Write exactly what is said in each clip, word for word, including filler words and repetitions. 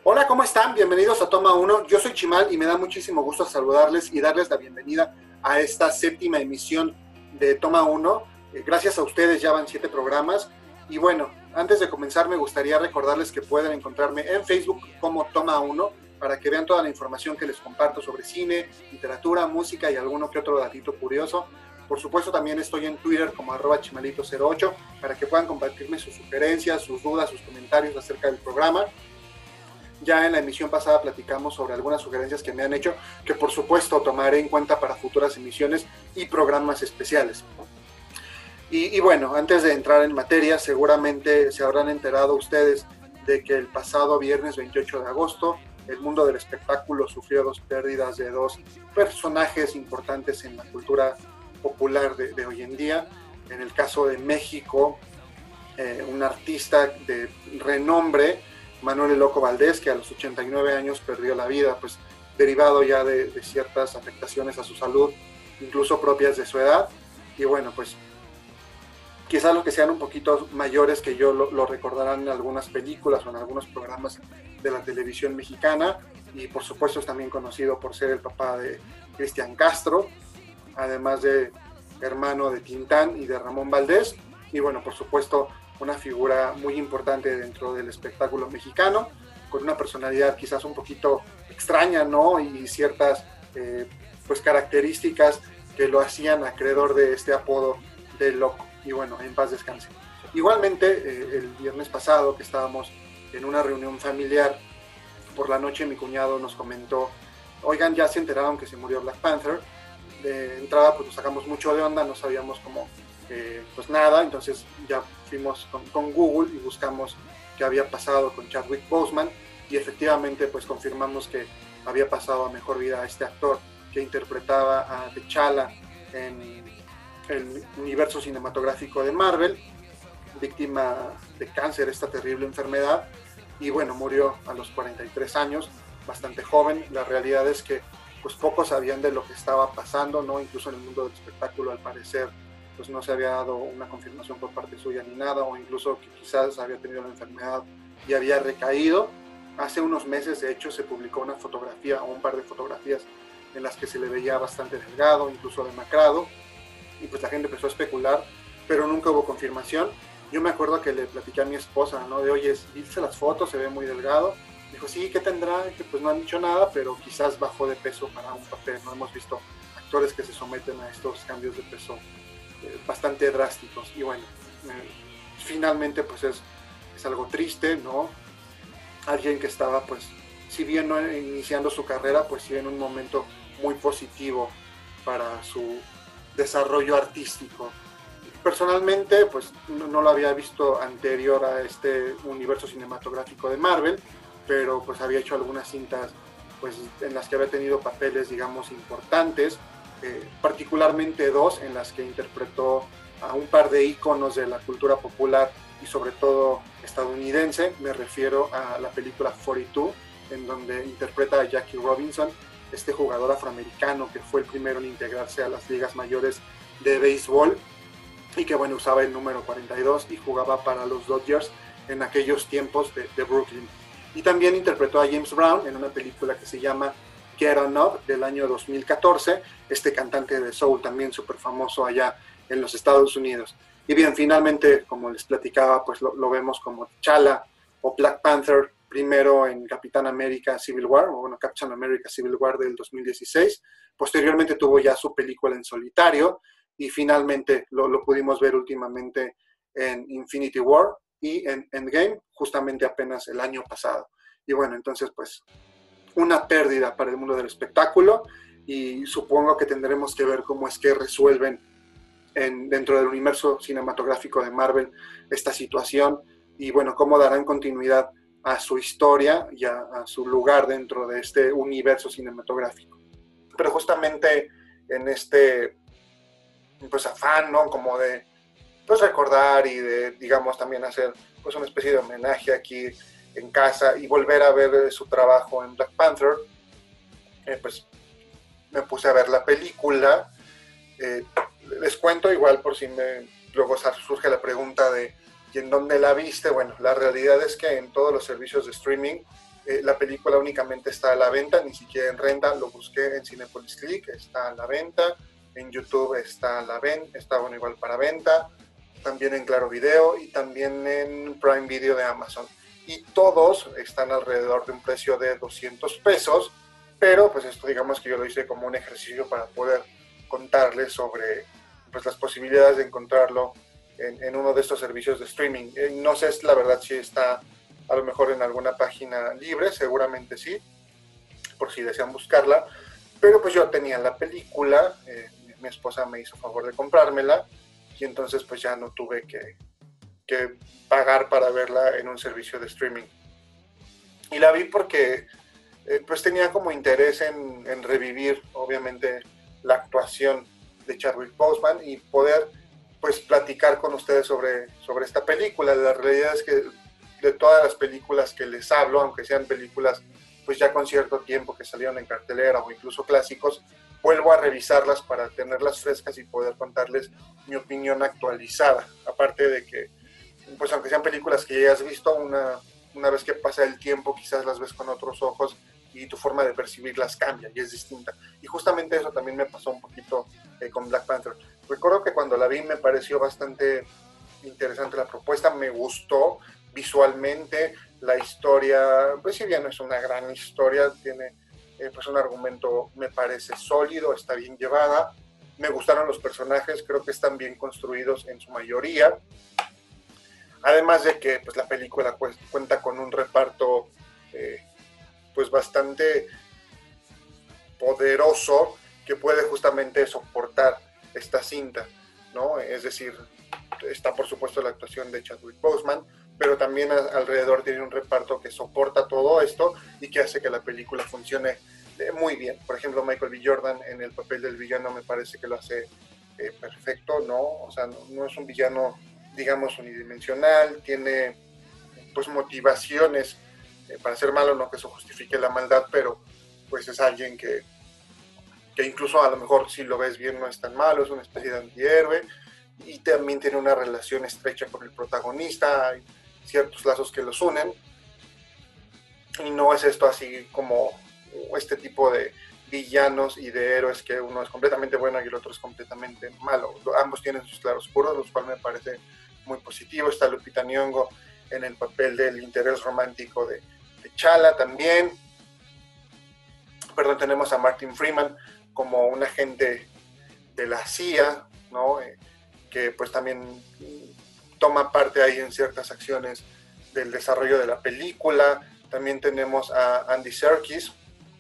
Hola, ¿cómo están? Bienvenidos a Toma Uno. Yo soy Chimal y me da muchísimo gusto saludarles y darles la bienvenida a esta séptima emisión de Toma Uno. Eh, gracias a ustedes ya van siete programas. Y bueno, antes de comenzar me gustaría recordarles que pueden encontrarme en Facebook como Toma Uno para que vean toda la información que les comparto sobre cine, literatura, música y alguno que otro datito curioso. Por supuesto, también estoy en Twitter como arroba chimalito cero ocho para que puedan compartirme sus sugerencias, sus dudas, sus comentarios acerca del programa. Ya en la emisión pasada platicamos sobre algunas sugerencias que me han hecho, que por supuesto tomaré en cuenta para futuras emisiones y programas especiales. Y, y bueno, antes de entrar en materia, seguramente se habrán enterado ustedes de que el pasado viernes veintiocho de agosto, el mundo del espectáculo sufrió dos pérdidas de dos personajes importantes en la cultura popular de, de hoy en día. En el caso de México, eh, un artista de renombre, Manuel El Loco Valdés, que a los ochenta y nueve años perdió la vida, pues derivado ya de, de ciertas afectaciones a su salud, incluso propias de su edad. Y bueno, pues quizás los que sean un poquito mayores que yo lo, lo recordarán en algunas películas o en algunos programas de la televisión mexicana, y por supuesto es también conocido por ser el papá de Cristian Castro, además de hermano de Tintán y de Ramón Valdés, y bueno, por supuesto una figura muy importante dentro del espectáculo mexicano, con una personalidad quizás un poquito extraña, ¿no? Y ciertas eh, pues características que lo hacían acreedor de este apodo de Loco. Y bueno, en paz descanse. Igualmente, eh, el viernes pasado que estábamos en una reunión familiar, por la noche mi cuñado nos comentó, oigan, ya se enteraron que se murió Black Panther. De entrada pues nos sacamos mucho de onda, no sabíamos cómo, eh, pues nada, entonces ya fuimos con, con Google y buscamos qué había pasado con Chadwick Boseman, y efectivamente pues confirmamos que había pasado a mejor vida a este actor que interpretaba a T'Challa en el universo cinematográfico de Marvel, víctima de cáncer, esta terrible enfermedad, y bueno, murió a los cuarenta y tres años, bastante joven. La realidad es que pues pocos sabían de lo que estaba pasando, ¿no? Incluso en el mundo del espectáculo, al parecer, pues no se había dado una confirmación por parte suya ni nada, o incluso que quizás había tenido la enfermedad y había recaído. Hace unos meses, de hecho, se publicó una fotografía o un par de fotografías en las que se le veía bastante delgado, incluso demacrado, y pues la gente empezó a especular, pero nunca hubo confirmación. Yo me acuerdo que le platiqué a mi esposa, ¿no? De, oye, ¿viste las fotos? Se ve muy delgado. Dijo, sí, ¿qué tendrá? Que pues no han dicho nada, pero quizás bajó de peso para un papel, ¿no? Hemos visto actores que se someten a estos cambios de peso eh, bastante drásticos. Y bueno, eh, finalmente pues es, es algo triste, ¿no? Alguien que estaba pues, si bien no iniciando su carrera, pues sí en un momento muy positivo para su desarrollo artístico. Personalmente, pues no, no lo había visto anterior a este universo cinematográfico de Marvel, pero pues había hecho algunas cintas pues en las que había tenido papeles, digamos, importantes, eh, particularmente dos en las que interpretó a un par de íconos de la cultura popular y sobre todo estadounidense. Me refiero a la película cuarenta y dos, en donde interpreta a Jackie Robinson, este jugador afroamericano que fue el primero en integrarse a las ligas mayores de béisbol y que bueno, usaba el número cuarenta y dos y jugaba para los Dodgers en aquellos tiempos de, de Brooklyn. Y también interpretó a James Brown en una película que se llama Get On Up del año dos mil catorce, este cantante de soul también súper famoso allá en los Estados Unidos. Y bien, finalmente, como les platicaba, pues lo, lo vemos como T'Challa o Black Panther, primero en Capitán América Civil War, o bueno, Captain America Civil War del dos mil dieciséis. Posteriormente tuvo ya su película en solitario y finalmente lo, lo pudimos ver últimamente en Infinity War y en Endgame, justamente apenas el año pasado. Y bueno, entonces pues una pérdida para el mundo del espectáculo, y supongo que tendremos que ver cómo es que resuelven en, dentro del universo cinematográfico de Marvel esta situación, y bueno, cómo darán continuidad a su historia y a, a su lugar dentro de este universo cinematográfico. Pero justamente en este pues afán, ¿no? Como de pues recordar y de, digamos, también hacer pues una especie de homenaje aquí en casa y volver a ver su trabajo en Black Panther, eh, pues me puse a ver la película. Eh, les cuento igual por si me, luego surge la pregunta de ¿y en dónde la viste? Bueno, la realidad es que en todos los servicios de streaming Eh, la película únicamente está a la venta, ni siquiera en renta, lo busqué en Cinepolis Click, está a la venta, en YouTube está a la venta, está bueno, igual para venta, también en Claro Video y también en Prime Video de Amazon. Y todos están alrededor de un precio de doscientos pesos, pero pues esto digamos que yo lo hice como un ejercicio para poder contarles sobre pues, las posibilidades de encontrarlo en, en uno de estos servicios de streaming. Eh, no sé la verdad si está a lo mejor en alguna página libre, seguramente sí, por si desean buscarla, pero pues yo tenía la película, eh, mi esposa me hizo favor de comprármela, y entonces pues ya no tuve que, que pagar para verla en un servicio de streaming. Y la vi porque eh, pues tenía como interés en, en revivir, obviamente, la actuación de Chadwick Boseman y poder pues platicar con ustedes sobre, sobre esta película. La realidad es que de todas las películas que les hablo, aunque sean películas pues ya con cierto tiempo que salieron en cartelera o incluso clásicos, vuelvo a revisarlas para tenerlas frescas y poder contarles mi opinión actualizada. Aparte de que, pues aunque sean películas que ya has visto, una, una vez que pasa el tiempo quizás las ves con otros ojos y tu forma de percibirlas cambia y es distinta. Y justamente eso también me pasó un poquito eh, con Black Panther. Recuerdo que cuando la vi me pareció bastante interesante la propuesta, me gustó visualmente, la historia, pues si bien no es una gran historia, tiene eh, pues un argumento, me parece sólido, está bien llevada, me gustaron los personajes, creo que están bien construidos en su mayoría, además de que pues la película pues, cuenta con un reparto eh, pues bastante poderoso que puede justamente soportar esta cinta, ¿no? Es decir, está por supuesto la actuación de Chadwick Boseman, pero también a, alrededor tiene un reparto que soporta todo esto y que hace que la película funcione eh, muy bien. Por ejemplo, Michael B. Jordan en el papel del villano me parece que lo hace eh, perfecto, ¿no? O sea, no, no es un villano, digamos, unidimensional, tiene pues motivaciones eh, para ser malo, no que eso justifique la maldad, pero pues es alguien que, que incluso a lo mejor si lo ves bien no es tan malo, es una especie de antihéroe, y también tiene una relación estrecha con el protagonista, hay ciertos lazos que los unen, y no es esto así como este tipo de villanos y de héroes que uno es completamente bueno y el otro es completamente malo. Ambos tienen sus claroscuros, lo cual me parece muy positivo. Está Lupita Nyong'o en el papel del interés romántico de, de T'Challa también. Perdón, tenemos a Martin Freeman como un agente de la C I A, ¿no? Eh, que pues también toma parte ahí en ciertas acciones del desarrollo de la película. También tenemos a Andy Serkis,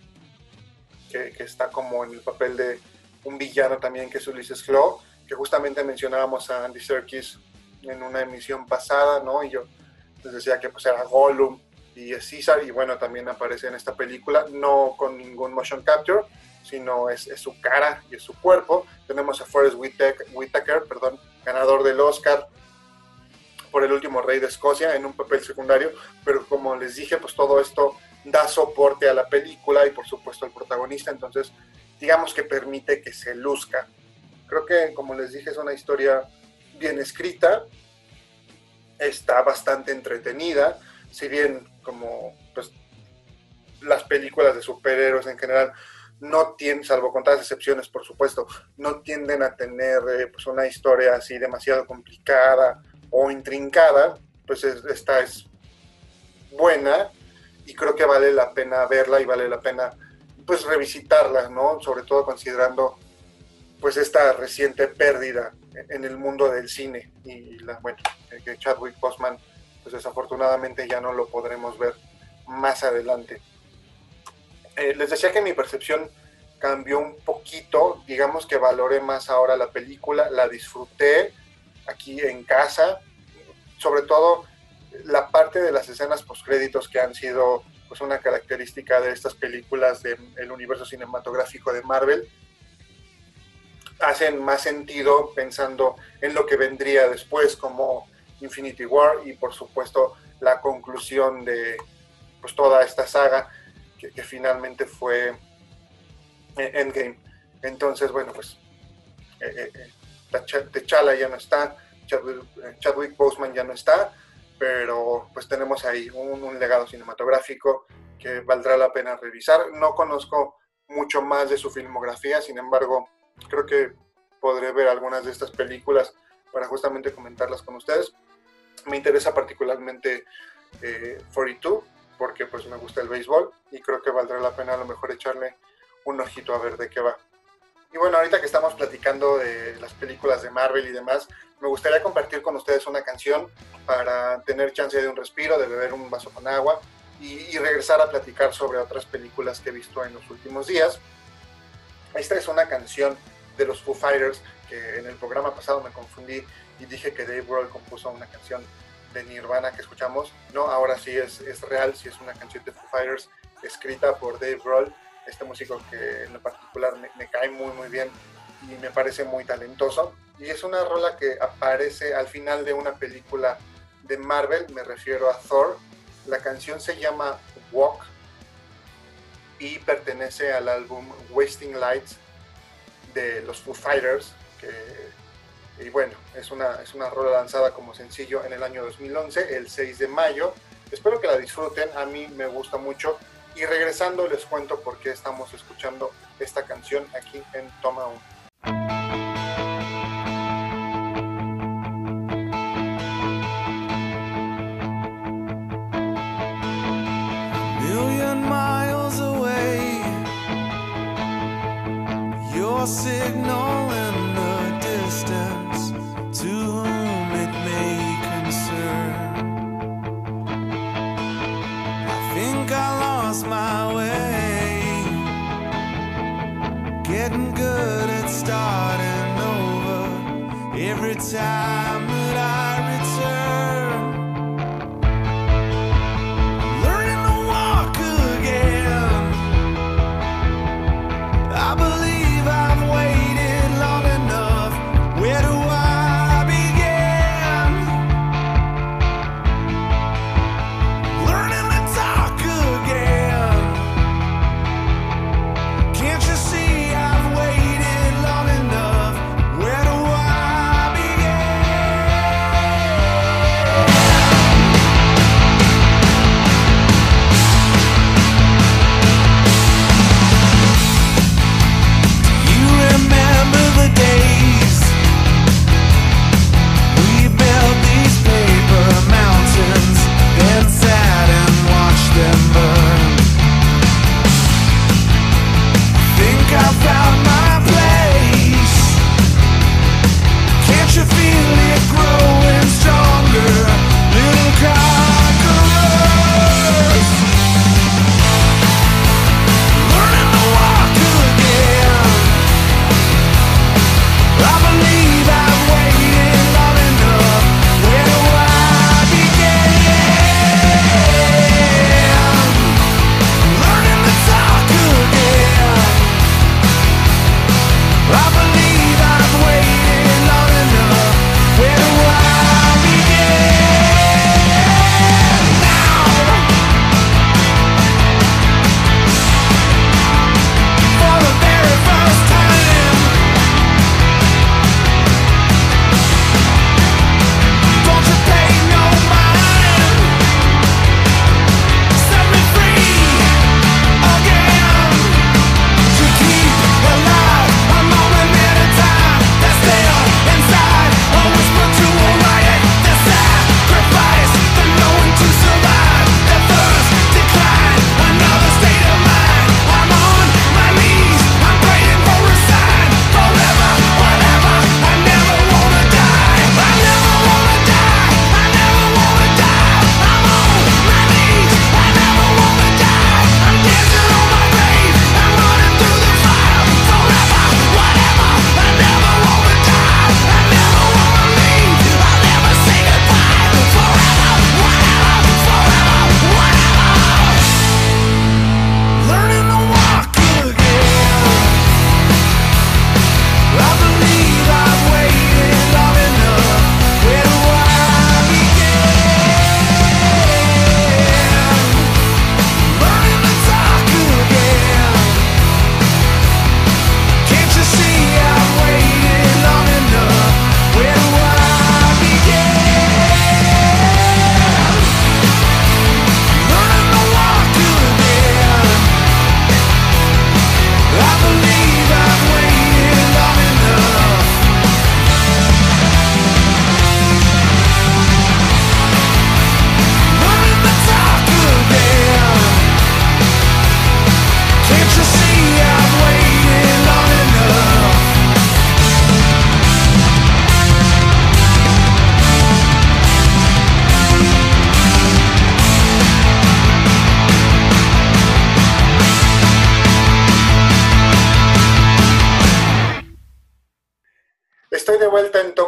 que, que está como en el papel de un villano también, que es Ulysses Klaue, que justamente mencionábamos a Andy Serkis en una emisión pasada, ¿no? Y yo les decía que pues era Gollum y es Caesar, y bueno, también aparece en esta película, no con ningún motion capture, sino es, es su cara y es su cuerpo. Tenemos a Forest Whitaker, Whitaker, perdón, ganador del Oscar por El último rey de Escocia, en un papel secundario, pero como les dije, pues todo esto da soporte a la película y por supuesto al protagonista, entonces digamos que permite que se luzca. Creo que, como les dije, es una historia bien escrita, está bastante entretenida, si bien como pues las películas de superhéroes en general no tienen, salvo contadas excepciones por supuesto, no tienden a tener eh, pues una historia así demasiado complicada o intrincada, pues es, esta es buena y creo que vale la pena verla y vale la pena pues revisitarla, ¿no? Sobre todo considerando pues esta reciente pérdida en el mundo del cine y la, bueno, que Chadwick Boseman pues desafortunadamente ya no lo podremos ver más adelante. Eh, les decía que mi percepción cambió un poquito, digamos que valoré más ahora la película, la disfruté aquí en casa, sobre todo la parte de las escenas postcréditos que han sido pues una característica de estas películas del universo cinematográfico de Marvel, hacen más sentido pensando en lo que vendría después como Infinity War y por supuesto la conclusión de pues toda esta saga que, que finalmente fue Endgame. Entonces, bueno, pues eh, eh, T'Challa ya no está, Chadwick, Chadwick Boseman ya no está, pero pues tenemos ahí un, un legado cinematográfico que valdrá la pena revisar. No conozco mucho más de su filmografía, sin embargo, creo que podré ver algunas de estas películas para justamente comentarlas con ustedes. Me interesa particularmente eh, cuarenta y dos, porque pues me gusta el béisbol y creo que valdrá la pena a lo mejor echarle un ojito a ver de qué va. Y bueno, ahorita que estamos platicando de las películas de Marvel y demás, me gustaría compartir con ustedes una canción para tener chance de un respiro, de beber un vaso con agua y, y regresar a platicar sobre otras películas que he visto en los últimos días. Esta es una canción de los Foo Fighters, que en el programa pasado me confundí y dije que Dave Grohl compuso una canción de Nirvana que escuchamos. No, ahora sí es, es real, sí es una canción de Foo Fighters escrita por Dave Grohl, este músico que en lo particular me, me cae muy muy bien y me parece muy talentoso, y es una rola que aparece al final de una película de Marvel, me refiero a Thor. La canción se llama Walk y pertenece al álbum Wasting Lights de los Foo Fighters, que, y bueno, es una, es una rola lanzada como sencillo en el año dos mil once, el seis de mayo. Espero que la disfruten, a mí me gusta mucho. Y regresando les cuento por qué estamos escuchando esta canción aquí en Toma uno. Million miles away, your signal in the distance, to whom it may concern. I think I lost my way, getting good at starting over every time that I return. Learning to walk again, I believe I've waited long enough. Where do I begin? Learning to talk again. Can't you see I've waited long enough? Where do I begin?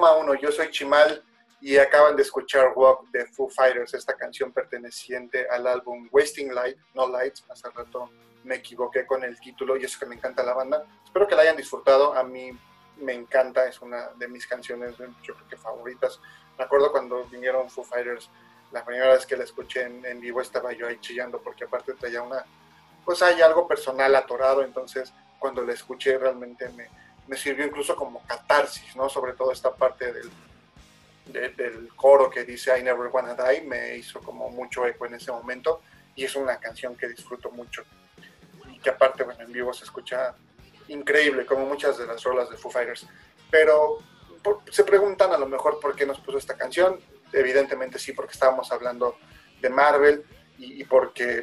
Toma uno, yo soy Chimal y acaban de escuchar Walk de Foo Fighters, esta canción perteneciente al álbum Wasting Light, No Lights. Hace rato me equivoqué con el título y eso que me encanta la banda. Espero que la hayan disfrutado, a mí me encanta, es una de mis canciones, yo creo que favoritas. Me acuerdo cuando vinieron Foo Fighters, la primera vez que la escuché en, en vivo estaba yo ahí chillando porque aparte traía una, pues hay algo personal atorado, entonces cuando la escuché realmente me, me sirvió incluso como catarsis, ¿no? Sobre todo esta parte del, de, del coro que dice I never wanna die, me hizo como mucho eco en ese momento y es una canción que disfruto mucho y que aparte, bueno, en vivo se escucha increíble, como muchas de las rolas de Foo Fighters. Pero por, se preguntan a lo mejor por qué nos puso esta canción. Evidentemente sí, porque estábamos hablando de Marvel y, y porque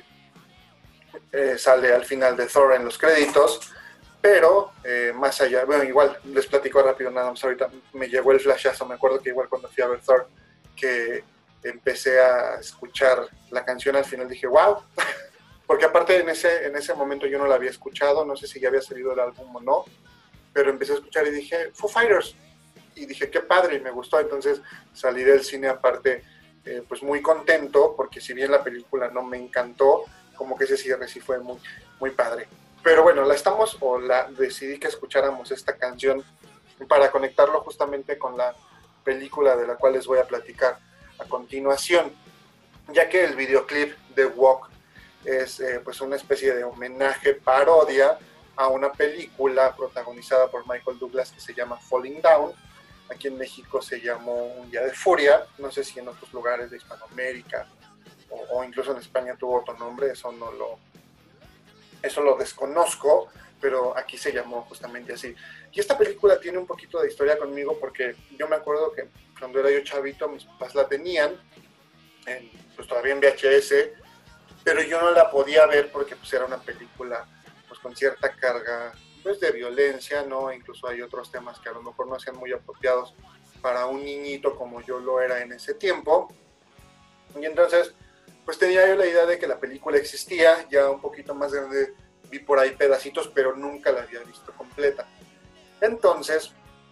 eh, sale al final de Thor en los créditos, pero eh, más allá, bueno, igual les platico rápido nada más, ahorita me llegó el flashazo, me acuerdo que igual cuando fui a ver Thor, que empecé a escuchar la canción al final, dije, wow, porque aparte en ese, en ese momento yo no la había escuchado, no sé si ya había salido el álbum o no, pero empecé a escuchar y dije, Foo Fighters, y dije, qué padre, y me gustó, entonces salí del cine aparte, eh, pues muy contento, porque si bien la película no me encantó, como que ese cierre sí fue muy, muy padre. Pero bueno, la estamos, o la decidí que escucháramos esta canción para conectarlo justamente con la película de la cual les voy a platicar a continuación, ya que el videoclip de Walk es eh, pues una especie de homenaje, parodia a una película protagonizada por Michael Douglas que se llama Falling Down. Aquí en México se llamó Un Día de Furia, no sé si en otros lugares de Hispanoamérica o, o incluso en España tuvo otro nombre, eso no lo, eso lo desconozco, pero aquí se llamó justamente así. Y esta película tiene un poquito de historia conmigo porque yo me acuerdo que cuando era yo chavito mis papás la tenían, en, pues todavía en V H S, pero yo no la podía ver porque pues era una película pues con cierta carga pues de violencia, ¿no? Incluso hay otros temas que a lo mejor no sean muy apropiados para un niñito como yo lo era en ese tiempo. Y entonces pues tenía yo la idea de que la película existía, ya un poquito más grande vi por ahí pedacitos, pero nunca la había visto completa. Entonces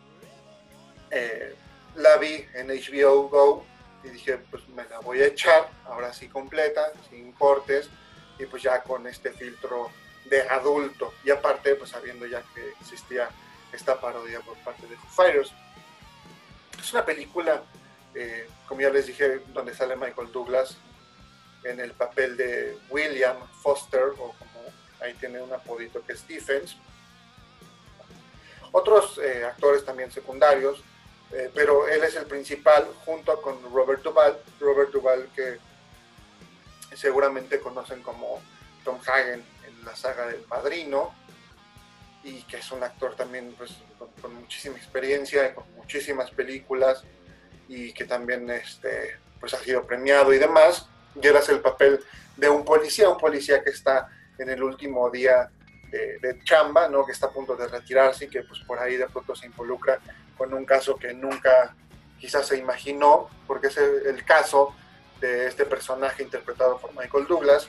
eh, la vi en H B O Go y dije, pues me la voy a echar, ahora sí completa, sin cortes, y pues ya con este filtro de adulto, y aparte, pues sabiendo ya que existía esta parodia por parte de Foo Fighters. Es una película, eh, como ya les dije, donde sale Michael Douglas en el papel de William Foster, o como ahí tiene un apodito que es Stephens. Otros eh, actores también secundarios, Eh, pero él es el principal junto con Robert Duvall, Robert Duvall que seguramente conocen como Tom Hagen en la saga del Padrino y que es un actor también pues, con, con muchísima experiencia, con muchísimas películas y que también este, pues, ha sido premiado y demás. Y él hace el papel de un policía, un policía que está en el último día de, de chamba, ¿no? Que está a punto de retirarse y que pues, por ahí de pronto se involucra con un caso que nunca quizás se imaginó, porque es el, el caso de este personaje interpretado por Michael Douglas,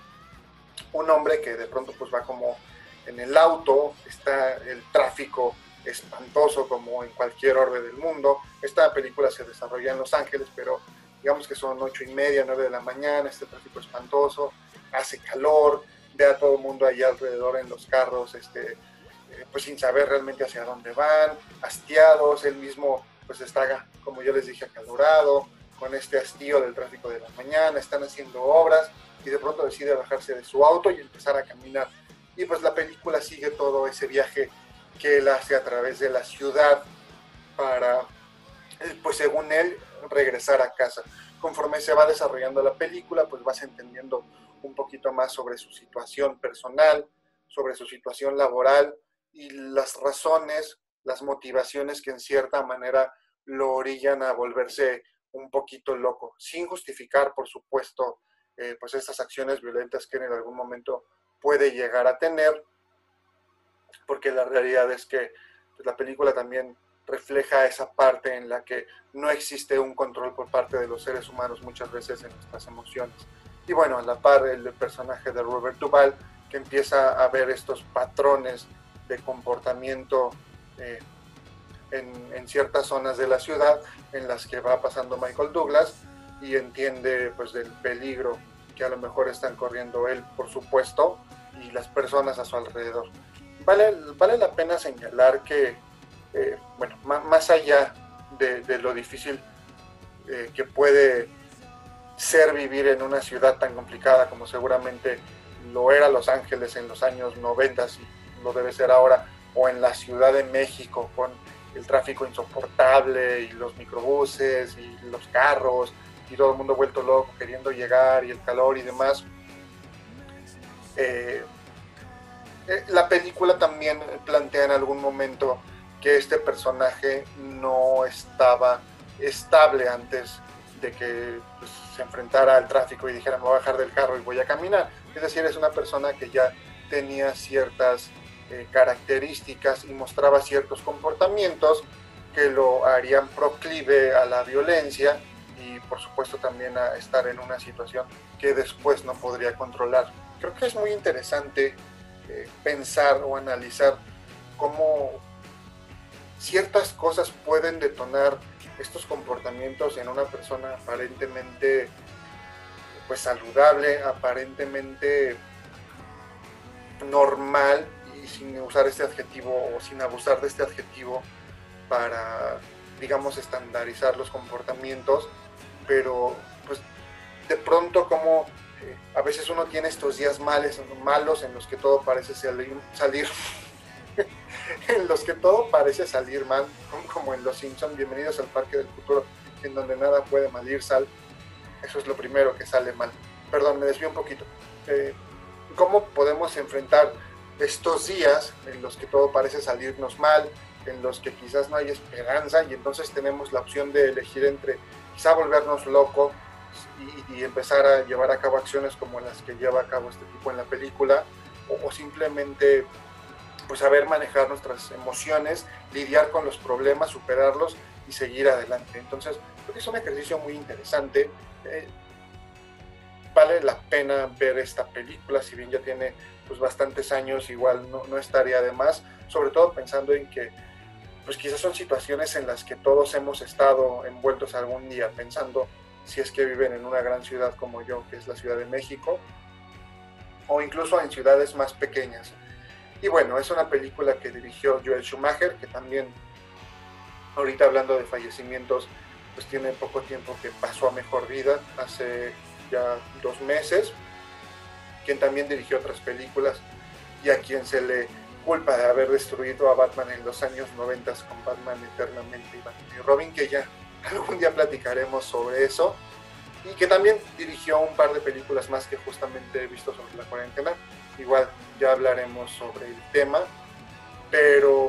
un hombre que de pronto pues va como en el auto, está el tráfico espantoso como en cualquier orbe del mundo. Esta película se desarrolla en Los Ángeles, pero digamos que son ocho y media, nueve de la mañana, este tráfico espantoso, hace calor, ve a todo el mundo ahí alrededor en los carros, este pues sin saber realmente hacia dónde van, hastiados, él mismo pues está, como yo les dije, acalorado, con este hastío del tráfico de la mañana, están haciendo obras y de pronto decide bajarse de su auto y empezar a caminar. Y pues la película sigue todo ese viaje que él hace a través de la ciudad para, pues según él, regresar a casa. Conforme se va desarrollando la película, pues vas entendiendo un poquito más sobre su situación personal, sobre su situación laboral, y las razones, las motivaciones que en cierta manera lo orillan a volverse un poquito loco, sin justificar, por supuesto, eh, pues estas acciones violentas que en algún momento puede llegar a tener, porque la realidad es que pues, la película también refleja esa parte en la que no existe un control por parte de los seres humanos muchas veces en nuestras emociones. Y bueno, a la par el personaje de Robert Duvall, que empieza a ver estos patrones de comportamiento eh, en, en ciertas zonas de la ciudad en las que va pasando Michael Douglas y entiende pues del peligro que a lo mejor están corriendo él, por supuesto, y las personas a su alrededor. Vale, vale la pena señalar que, eh, bueno, más, más allá de, de lo difícil eh, que puede ser vivir en una ciudad tan complicada como seguramente lo era Los Ángeles en los años noventa y lo debe ser ahora, o en la Ciudad de México con el tráfico insoportable y los microbuses y los carros y todo el mundo vuelto loco queriendo llegar y el calor y demás. Eh, eh, la película también plantea en algún momento que este personaje no estaba estable antes de que pues, se enfrentara al tráfico y dijera me voy a bajar del carro y voy a caminar. Es decir, es una persona que ya tenía ciertas eh, características y mostraba ciertos comportamientos que lo harían proclive a la violencia y por supuesto también a estar en una situación que después no podría controlar. Creo que es muy interesante eh, pensar o analizar cómo ciertas cosas pueden detonar estos comportamientos en una persona aparentemente pues saludable, aparentemente normal, y sin usar este adjetivo o sin abusar de este adjetivo para, digamos, estandarizar los comportamientos, pero pues de pronto como eh, a veces uno tiene estos días males, malos en los que todo parece salir, salir en los que todo parece salir mal, como en Los Simpson, bienvenidos al Parque del Futuro, en donde nada puede mal ir, sal. Eso es lo primero que sale mal. Perdón, me desvío un poquito. Eh, ¿Cómo podemos enfrentar estos días en los que todo parece salirnos mal, en los que quizás no hay esperanza y entonces tenemos la opción de elegir entre quizá volvernos locos y, y empezar a llevar a cabo acciones como las que lleva a cabo este tipo en la película, o, o simplemente pues saber manejar nuestras emociones, lidiar con los problemas, superarlos y seguir adelante? Entonces, creo que es un ejercicio muy interesante. Eh, vale la pena ver esta película, si bien ya tiene pues bastantes años, igual no, no estaría de más, sobre todo pensando en que pues quizás son situaciones en las que todos hemos estado envueltos algún día, pensando si es que viven en una gran ciudad como yo, que es la Ciudad de México, o incluso en ciudades más pequeñas. Y bueno, es una película que dirigió Joel Schumacher, que también, ahorita hablando de fallecimientos, pues tiene poco tiempo que pasó a mejor vida, hace ya dos meses, quien también dirigió otras películas y a quien se le culpa de haber destruido a Batman en los años noventa con Batman Eternamente y Batman y Robin, que ya algún día platicaremos sobre eso, y que también dirigió un par de películas más que justamente he visto sobre la cuarentena. Igual ya hablaremos sobre el tema, pero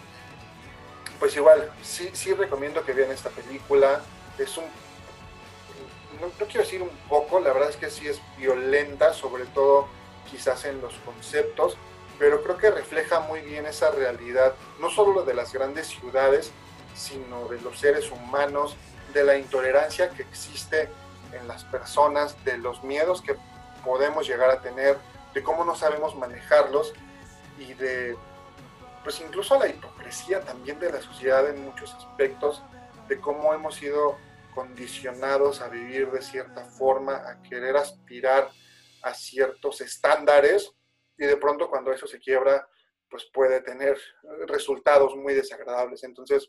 pues igual sí, sí recomiendo que vean esta película. Es un, no, no quiero decir un poco, la verdad es que sí es violenta, sobre todo quizás en los conceptos, pero creo que refleja muy bien esa realidad, no solo de las grandes ciudades, sino de los seres humanos, de la intolerancia que existe en las personas, de los miedos que podemos llegar a tener, de cómo no sabemos manejarlos y de, pues incluso la hipocresía también de la sociedad en muchos aspectos, de cómo hemos sido condicionados a vivir de cierta forma, a querer aspirar a ciertos estándares, y de pronto cuando eso se quiebra, pues puede tener resultados muy desagradables. Entonces,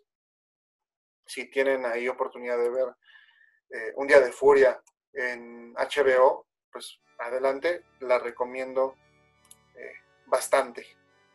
si tienen ahí oportunidad de ver eh, Un Día de Furia en H B O, pues adelante, la recomiendo eh, bastante.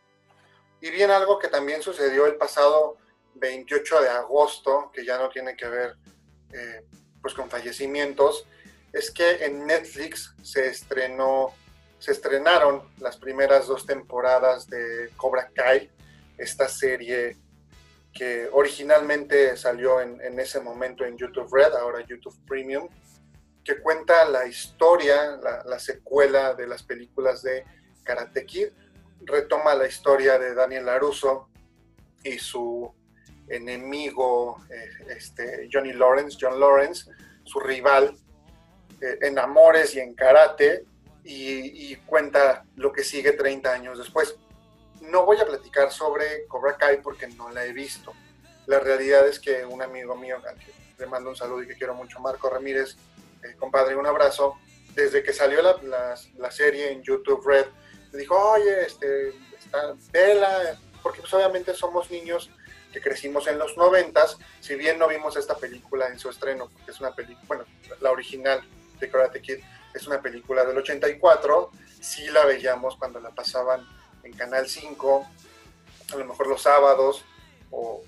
Y bien, algo que también sucedió el pasado veintiocho de agosto, que ya no tiene que ver eh, pues con fallecimientos, es que en Netflix se estrenó, se estrenaron las primeras dos temporadas de Cobra Kai, esta serie que originalmente salió en, en ese momento en YouTube Red, ahora YouTube Premium, que cuenta la historia, la, la secuela de las películas de Karate Kid. Retoma la historia de Daniel LaRusso y su enemigo, eh, este, Johnny Lawrence, John Lawrence, su rival, eh, en amores y en karate, y, y cuenta lo que sigue treinta años después. No voy a platicar sobre Cobra Kai porque no la he visto, La realidad es que un amigo mío, al que le mando un saludo y que quiero mucho, Marco Ramírez, eh, compadre, un abrazo, desde que salió la, la, la serie en YouTube Red, me dijo, oye, este, está, vela, porque pues obviamente somos niños que crecimos en los noventas, si bien no vimos esta película en su estreno, porque es una película, bueno, la original de Karate Kid es una película del ochenta y cuatro, sí la veíamos cuando la pasaban en Canal cinco, a lo mejor los sábados, o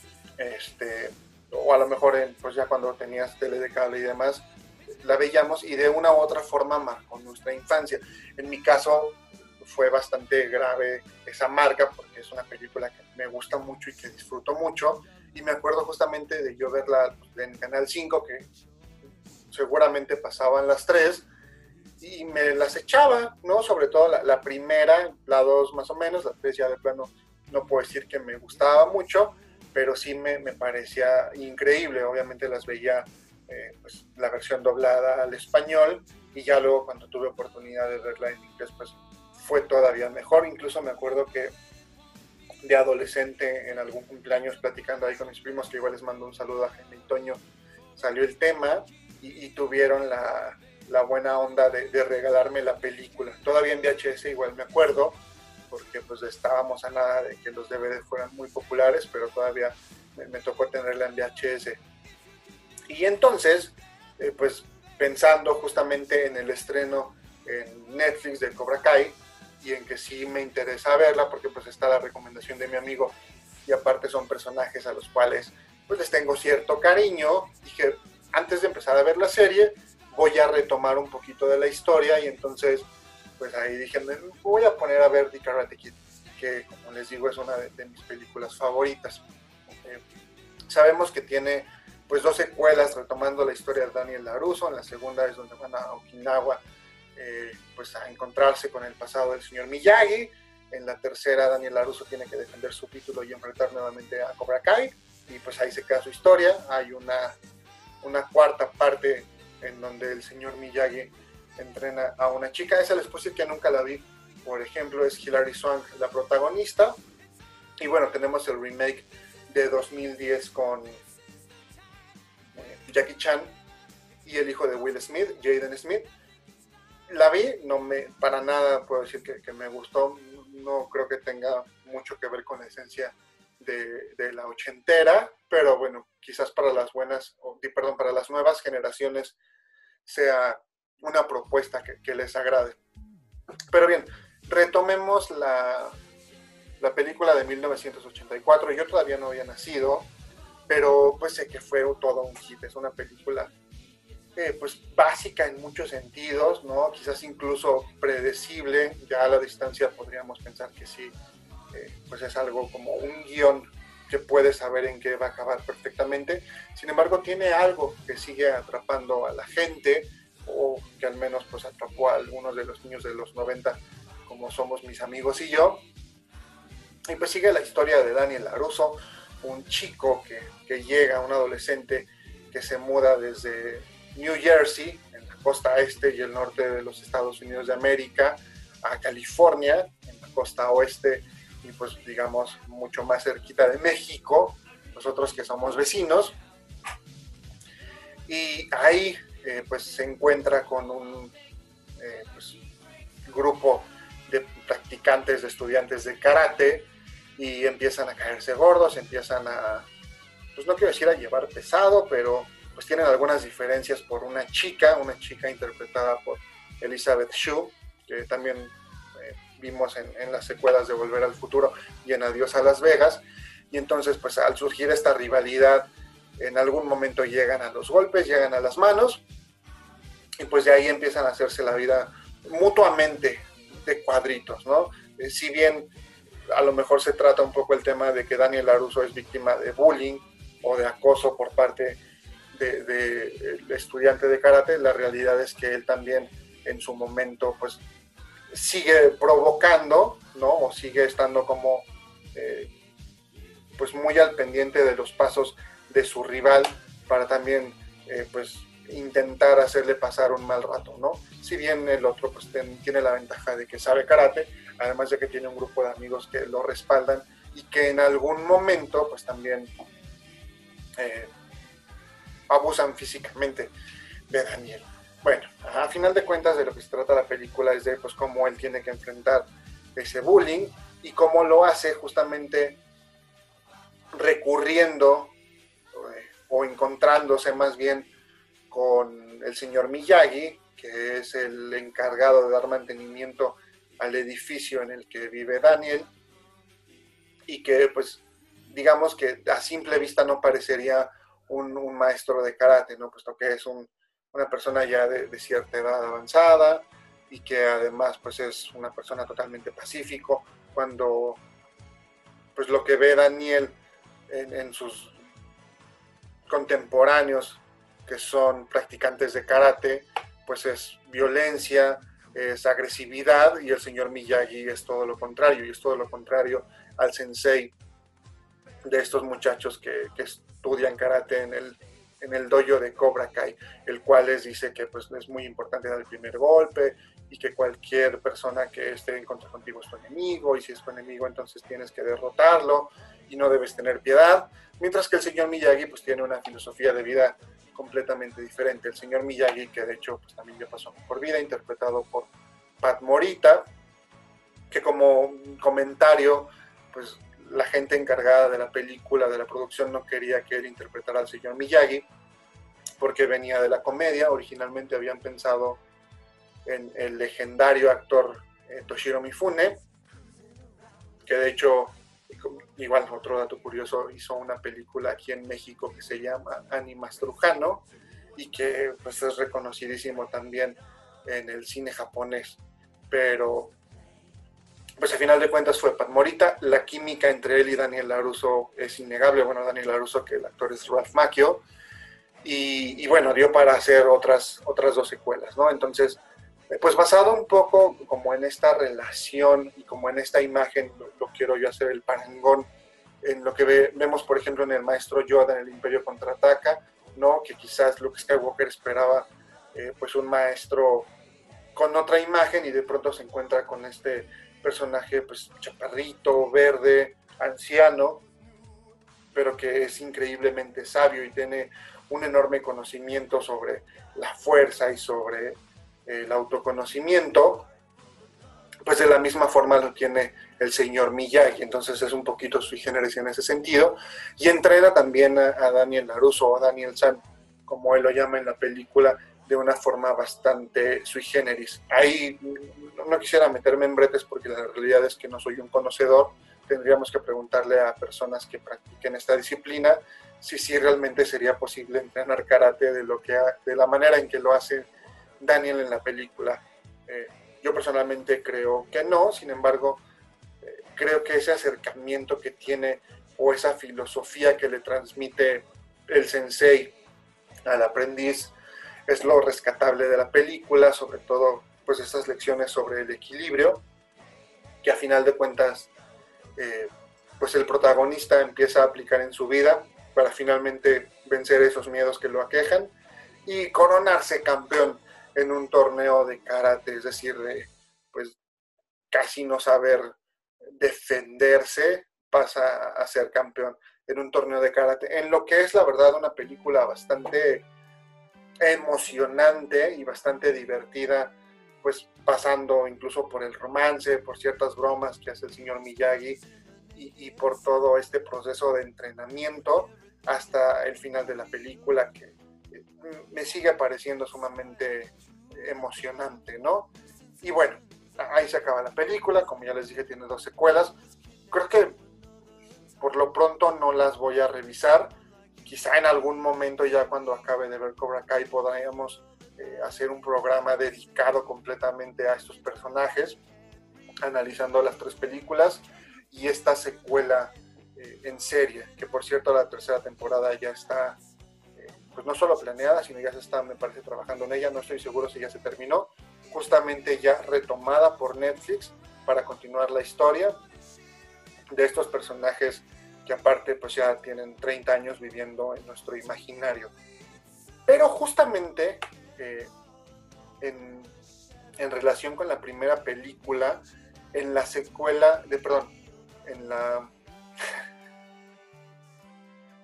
este o a lo mejor en, pues ya cuando tenías tele de cable y demás, la veíamos y de una u otra forma marcó nuestra infancia. En mi caso fue bastante grave esa marca porque es una película que me gusta mucho y que disfruto mucho, y me acuerdo justamente de yo verla en Canal cinco, que seguramente pasaban las tres, y me las echaba, ¿no? Sobre todo la, la primera, la dos más o menos, la tres ya de plano no puedo decir que me gustaba mucho, pero sí me, me parecía increíble. Obviamente las veía eh, pues, la versión doblada al español, y ya luego cuando tuve oportunidad de verla en inglés, pues fue todavía mejor. Incluso me acuerdo que de adolescente en algún cumpleaños, platicando ahí con mis primos, que igual les mando un saludo a Jaime y Toño, salió el tema y, y tuvieron la, la buena onda de, de regalarme la película. Todavía en V H S igual me acuerdo, porque pues estábamos a nada de que los D V D fueran muy populares, pero todavía me, me tocó tenerla en V H S. Y entonces, eh, pues pensando justamente en el estreno en Netflix de Cobra Kai, y en que sí me interesa verla, porque pues está la recomendación de mi amigo, y aparte son personajes a los cuales pues les tengo cierto cariño, dije, antes de empezar a ver la serie, voy a retomar un poquito de la historia, y entonces pues ahí dije, me voy a poner a ver The Karate Kid, que como les digo es una de, de mis películas favoritas. Eh, sabemos que tiene pues dos secuelas retomando la historia de Daniel LaRusso. En la segunda es donde van a Okinawa eh, pues a encontrarse con el pasado del señor Miyagi. En la tercera Daniel LaRusso tiene que defender su título y enfrentar nuevamente a Cobra Kai, y pues ahí se queda su historia. Hay una, una cuarta parte en donde el señor Miyagi entrena a una chica. Esa les puedo decir que nunca la vi, por ejemplo, es Hilary Swank la protagonista. Y bueno, tenemos el remake de dos mil diez con eh, Jackie Chan y el hijo de Will Smith, Jaden Smith. La vi, no me, para nada puedo decir que, que me gustó, no creo que tenga mucho que ver con la esencia de, de la ochentera, pero bueno, quizás para las buenas, o, perdón, para las nuevas generaciones sea una propuesta que, que les agrade. Pero bien, retomemos la, la película de mil novecientos ochenta y cuatro. Yo todavía no había nacido, pero pues sé que fue todo un hit. Es una película eh, pues básica en muchos sentidos, ¿no? Quizás incluso predecible. Ya a la distancia podríamos pensar que sí, eh, pues es algo como un guión que puedes saber en qué va a acabar perfectamente. Sin embargo, tiene algo que sigue atrapando a la gente, o que al menos pues atrapó a algunos de los niños de los noventa, como somos mis amigos y yo. Y pues sigue la historia de Daniel LaRusso, un chico que, que llega, un adolescente que se muda desde New Jersey, en la costa este y el norte de los Estados Unidos de América, a California, en la costa oeste, y pues digamos mucho más cerquita de México, nosotros que somos vecinos. Y ahí eh, pues se encuentra con un eh, pues, grupo de practicantes, de estudiantes de karate, y empiezan a caerse gordos, empiezan a, pues no quiero decir a llevar pesado, pero pues tienen algunas diferencias por una chica, una chica interpretada por Elizabeth Shue, que también eh, vimos en, en las secuelas de Volver al Futuro y en Adiós a Las Vegas. Y entonces pues al surgir esta rivalidad, en algún momento llegan a los golpes, llegan a las manos, y pues de ahí empiezan a hacerse la vida mutuamente de cuadritos, ¿no? Eh, si bien a lo mejor se trata un poco el tema de que Daniel LaRusso es víctima de bullying o de acoso por parte de, de el estudiante de karate, la realidad es que él también en su momento pues sigue provocando, ¿no? O sigue estando como eh, pues muy al pendiente de los pasos de su rival para también eh, pues intentar hacerle pasar un mal rato, ¿no? Si bien el otro pues ten, tiene la ventaja de que sabe karate, además de que tiene un grupo de amigos que lo respaldan y que en algún momento pues también eh, abusan físicamente de Daniel. Bueno, a final de cuentas de lo que se trata la película es de pues cómo él tiene que enfrentar ese bullying y cómo lo hace justamente recurriendo eh, o encontrándose más bien con el señor Miyagi, que es el encargado de dar mantenimiento al edificio en el que vive Daniel, y que pues digamos que a simple vista no parecería un, un maestro de karate, ¿no? Puesto que es un, una persona ya de, de cierta edad avanzada y que además pues es una persona totalmente pacífico, cuando pues lo que ve Daniel en, en sus contemporáneos que son practicantes de karate, pues es violencia, es agresividad, y el señor Miyagi es todo lo contrario, y es todo lo contrario al sensei de estos muchachos que, que estudian karate en el, en el dojo de Cobra Kai, el cual les dice que pues, es muy importante dar el primer golpe y que cualquier persona que esté en contra contigo es tu enemigo, y si es tu enemigo entonces tienes que derrotarlo y no debes tener piedad, mientras que el señor Miyagi pues tiene una filosofía de vida completamente diferente. El señor Miyagi, que de hecho pues, también ya pasó por vida, interpretado por Pat Morita, que como comentario, pues la gente encargada de la película, de la producción, no quería que él interpretara al señor Miyagi, porque venía de la comedia. Originalmente habían pensado en el legendario actor eh, Toshiro Mifune, que de hecho, igual otro dato curioso, hizo una película aquí en México que se llama Animastrujano, y que pues es reconocidísimo también en el cine japonés, pero pues al final de cuentas fue Pat Morita. La química entre él y Daniel LaRusso es innegable. Bueno, Daniel LaRusso, que el actor es Ralph Macchio, y, y bueno, dio para hacer otras, otras dos secuelas, ¿no? Entonces, pues basado un poco como en esta relación y como en esta imagen, lo, lo quiero yo hacer el parangón en lo que ve, vemos, por ejemplo, en el Maestro Yoda en el Imperio Contraataca, ¿no? Que quizás Luke Skywalker esperaba eh, pues un maestro con otra imagen, y de pronto se encuentra con este personaje pues chaparrito, verde, anciano, pero que es increíblemente sabio y tiene un enorme conocimiento sobre la fuerza y sobre el autoconocimiento. Pues de la misma forma lo tiene el señor Miyagi. Entonces es un poquito sui generis en ese sentido, y entrena también a, a Daniel LaRusso, o Daniel San, como él lo llama en la película, de una forma bastante sui generis. Ahí no quisiera meterme en bretes porque la realidad es que no soy un conocedor. Tendríamos que preguntarle a personas que practiquen esta disciplina si sí realmente sería posible entrenar karate de, lo que ha, de la manera en que lo hace Daniel en la película. Eh, yo personalmente creo que no. Sin embargo, eh, creo que ese acercamiento que tiene, o esa filosofía que le transmite el sensei al aprendiz, es lo rescatable de la película, sobre todo pues estas lecciones sobre el equilibrio, que a final de cuentas eh, pues el protagonista empieza a aplicar en su vida para finalmente vencer esos miedos que lo aquejan y coronarse campeón en un torneo de karate, es decir, de pues casi no saber defenderse, pasa a ser campeón en un torneo de karate, en lo que es la verdad una película bastante emocionante y bastante divertida, pues pasando incluso por el romance, por ciertas bromas que hace el señor Miyagi, y, y por todo este proceso de entrenamiento hasta el final de la película, que me sigue pareciendo sumamente emocionante, ¿no? Y bueno, ahí se acaba la película. Como ya les dije, tiene dos secuelas. Creo que por lo pronto no las voy a revisar. Quizá en algún momento, ya cuando acabe de ver Cobra Kai, podríamos eh, hacer un programa dedicado completamente a estos personajes, analizando las tres películas y esta secuela eh, en serie, que por cierto la tercera temporada ya está eh, pues no solo planeada, sino ya se está, me parece, trabajando en ella. No estoy seguro si ya se terminó, justamente ya retomada por Netflix para continuar la historia de estos personajes que aparte pues ya tienen treinta años viviendo en nuestro imaginario. Pero justamente eh, en, en relación con la primera película, en la secuela de, perdón, en la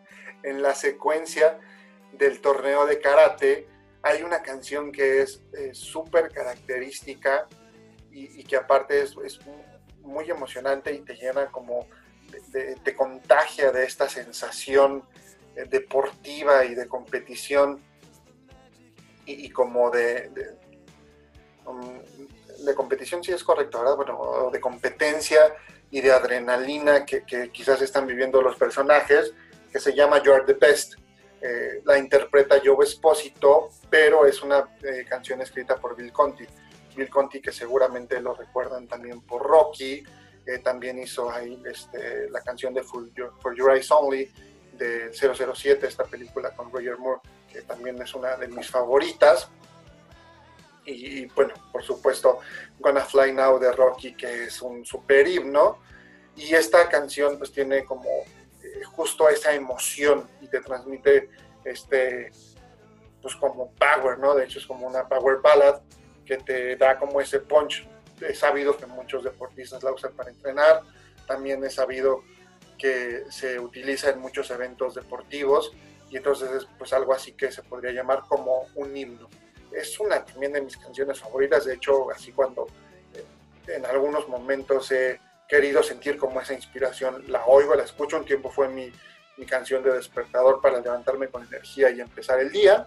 en la secuencia del torneo de karate hay una canción que es eh, súper característica y, y que aparte es, es muy emocionante y te llena como, de, de, te contagia de esta sensación eh, deportiva y de competición y, y como de, de, um, de competición, sí es correcto, ¿verdad? Bueno, de competencia y de adrenalina que, que quizás están viviendo los personajes, que se llama You Are the Best. Eh, la interpreta Joe Esposito, pero es una eh, canción escrita por Bill Conti. Bill Conti, que seguramente lo recuerdan también por Rocky, eh, también hizo ahí este, la canción de For Your, For Your Eyes Only, de cero cero siete, esta película con Roger Moore, que también es una de mis favoritas. Y, y bueno, por supuesto, Gonna Fly Now de Rocky, que es un super himno. Y esta canción pues tiene como eh, justo esa emoción y te transmite este, pues como power, ¿no? De hecho es como una power ballad que te da como ese punch. He sabido que muchos deportistas la usan para entrenar, también he sabido que se utiliza en muchos eventos deportivos y entonces es pues algo así que se podría llamar como un himno. Es una también de mis canciones favoritas, de hecho así cuando eh, en algunos momentos he querido sentir como esa inspiración, la oigo, la escucho, un tiempo fue mi, mi canción de despertador para levantarme con energía y empezar el día.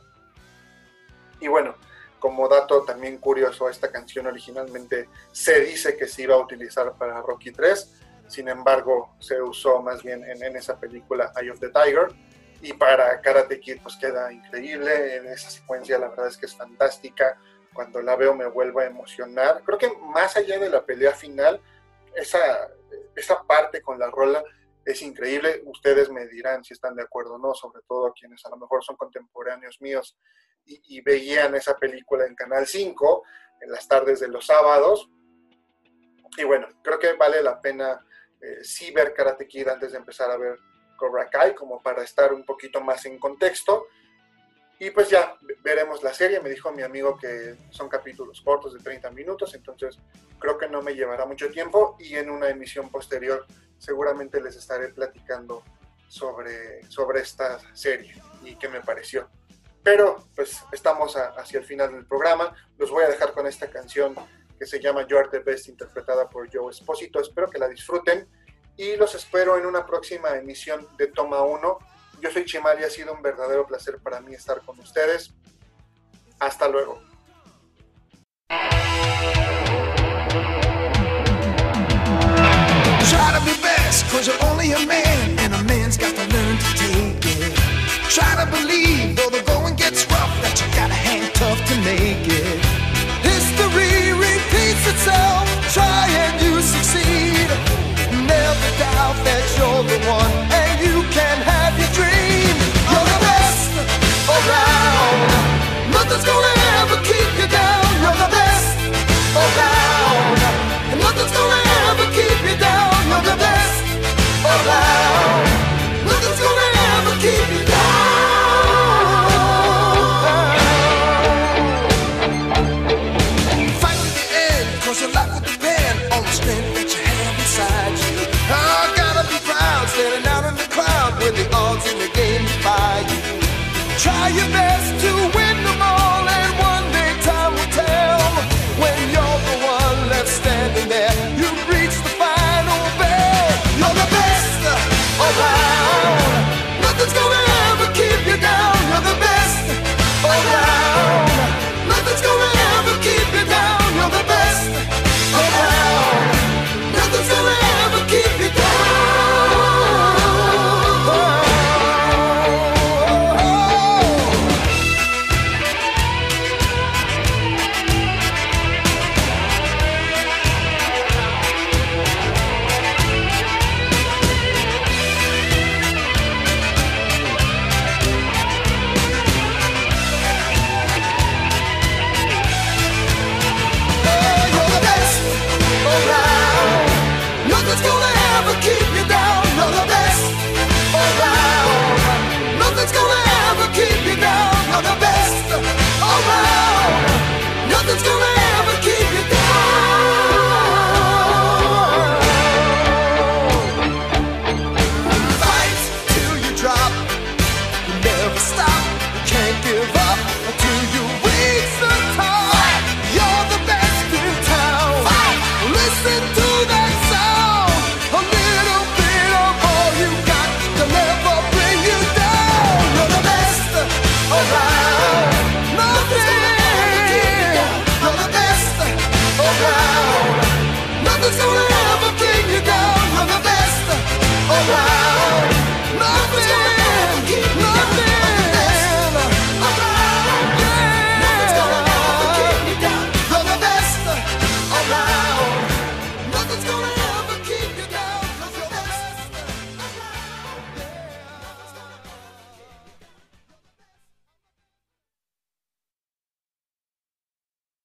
Y bueno, como dato también curioso, esta canción originalmente se dice que se iba a utilizar para Rocky tres, sin embargo se usó más bien en, en esa película Eye of the Tiger, y para Karate Kid pues queda increíble, en esa secuencia la verdad es que es fantástica, cuando la veo me vuelvo a emocionar, creo que más allá de la pelea final, esa, esa parte con la rola es increíble, ustedes me dirán si están de acuerdo o no, sobre todo quienes a lo mejor son contemporáneos míos y, y veían esa película en Canal cinco, en las tardes de los sábados, y bueno, creo que vale la pena eh, sí ver Karate Kid antes de empezar a ver Cobra Kai, como para estar un poquito más en contexto, y pues ya veremos la serie. Me dijo mi amigo que son capítulos cortos de treinta minutos, entonces creo que no me llevará mucho tiempo, y en una emisión posterior seguramente les estaré platicando sobre, sobre esta serie y qué me pareció. Pero pues estamos a, hacia el final del programa, los voy a dejar con esta canción que se llama You Are the Best, interpretada por Joe Esposito. Espero que la disfruten y los espero en una próxima emisión de Toma uno. Yo soy Chimal y ha sido un verdadero placer para mí estar con ustedes. Hasta luego. Try to be best, cause you're only a man, and a man's got to learn to take it. Try to believe